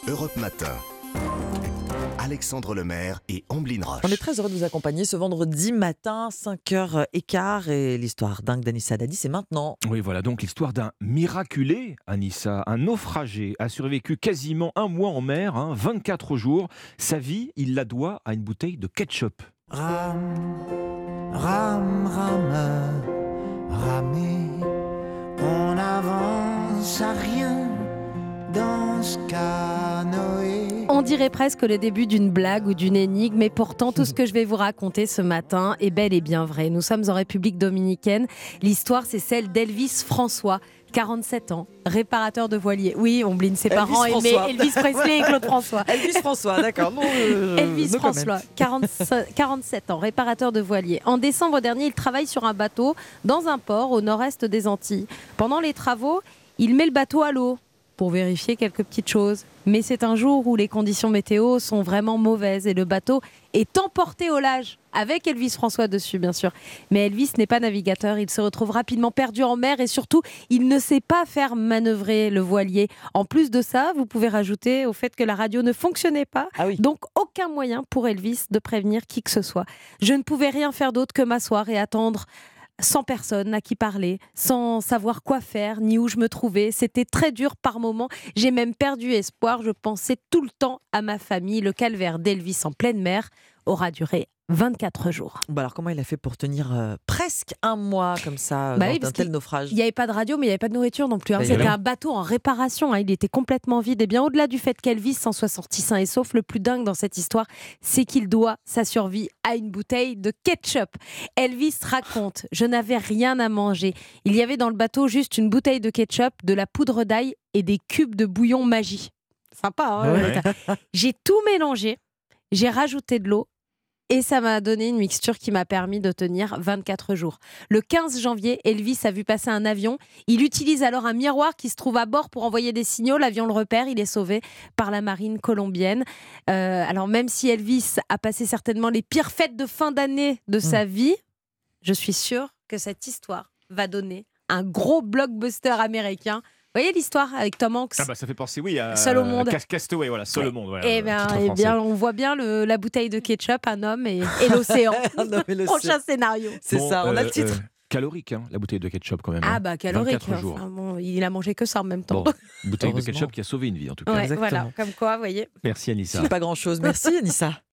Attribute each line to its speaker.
Speaker 1: Europe Matin. Alexandre Lemaire et Amblin Roche.
Speaker 2: On est très heureux de vous accompagner ce vendredi matin, 5h15. Et l'histoire dingue d'Anissa Dadi, c'est maintenant.
Speaker 3: Oui, voilà donc l'histoire d'un miraculé, Anissa, un naufragé, a survécu quasiment un mois en mer, 24 jours. Sa vie, il la doit à une bouteille de ketchup.
Speaker 4: Rame, rame, rame, ramez, on n'avance à rien dans ce canoë.
Speaker 5: On dirait presque le début d'une blague ou d'une énigme, mais pourtant tout ce que je vais vous raconter ce matin est bel et bien vrai. Nous sommes en République dominicaine. L'histoire, c'est celle d'Elvis François, 47 ans, réparateur de voiliers. Oui, Omblin, ses parents aimaient Elvis Presley et Claude François.
Speaker 2: Elvis François, d'accord.
Speaker 5: Elvis François, 47 ans, réparateur de voiliers. En décembre dernier, il travaille sur un bateau dans un port au nord-est des Antilles. Pendant les travaux, il met le bateau à l'eau pour vérifier quelques petites choses. Mais c'est un jour où les conditions météo sont vraiment mauvaises et le bateau est emporté au large, avec Elvis François dessus bien sûr. Mais Elvis n'est pas navigateur, il se retrouve rapidement perdu en mer et surtout, il ne sait pas faire manœuvrer le voilier. En plus de ça, vous pouvez rajouter au fait que la radio ne fonctionnait pas, donc aucun moyen pour Elvis de prévenir qui que ce soit. Je ne pouvais rien faire d'autre que m'asseoir et attendre sans personne à qui parler, sans savoir quoi faire, ni où je me trouvais. C'était très dur par moments. J'ai même perdu espoir. Je pensais tout le temps à ma famille. Le calvaire d'Elvis en pleine mer aura duré 24 jours.
Speaker 2: Bah alors comment il a fait pour tenir presque un mois comme ça dans un tel naufrage?
Speaker 5: Il n'y avait pas de radio, mais il n'y avait pas de nourriture non plus.
Speaker 2: Bah,
Speaker 5: C'était un bateau en réparation. Il était complètement vide. Et bien au-delà du fait qu'Elvis s'en soit sorti sain et sauf, le plus dingue dans cette histoire, c'est qu'il doit sa survie à une bouteille de ketchup. Elvis raconte: je n'avais rien à manger. Il y avait dans le bateau juste une bouteille de ketchup, de la poudre d'ail et des cubes de bouillon magie. Sympa, hein? Ouais. J'ai tout mélangé. J'ai rajouté de l'eau. Et ça m'a donné une mixture qui m'a permis de tenir 24 jours. Le 15 janvier, Elvis a vu passer un avion. Il utilise alors un miroir qui se trouve à bord pour envoyer des signaux. L'avion le repère, il est sauvé par la marine colombienne. Alors même si Elvis a passé certainement les pires fêtes de fin d'année de sa vie, je suis sûre que cette histoire va donner un gros blockbuster américain. Vous voyez l'histoire avec Tom Hanks?
Speaker 3: Ça fait penser, oui, à
Speaker 5: Seul au monde.
Speaker 3: Castaway, voilà, Seul au monde. Voilà,
Speaker 5: Eh bien, on voit bien la bouteille de ketchup, un homme et l'océan. Prochain scénario.
Speaker 2: C'est ça, on a le titre.
Speaker 3: Calorique, la bouteille de ketchup quand même.
Speaker 5: Ah bah calorique.
Speaker 3: 24 jours.
Speaker 5: Bon, il a mangé que ça en même temps.
Speaker 3: Bon, bouteille de ketchup qui a sauvé une vie en tout cas.
Speaker 5: Ouais, voilà, comme quoi, vous voyez.
Speaker 3: Merci Anissa.
Speaker 2: C'est pas grand chose. Merci Anissa.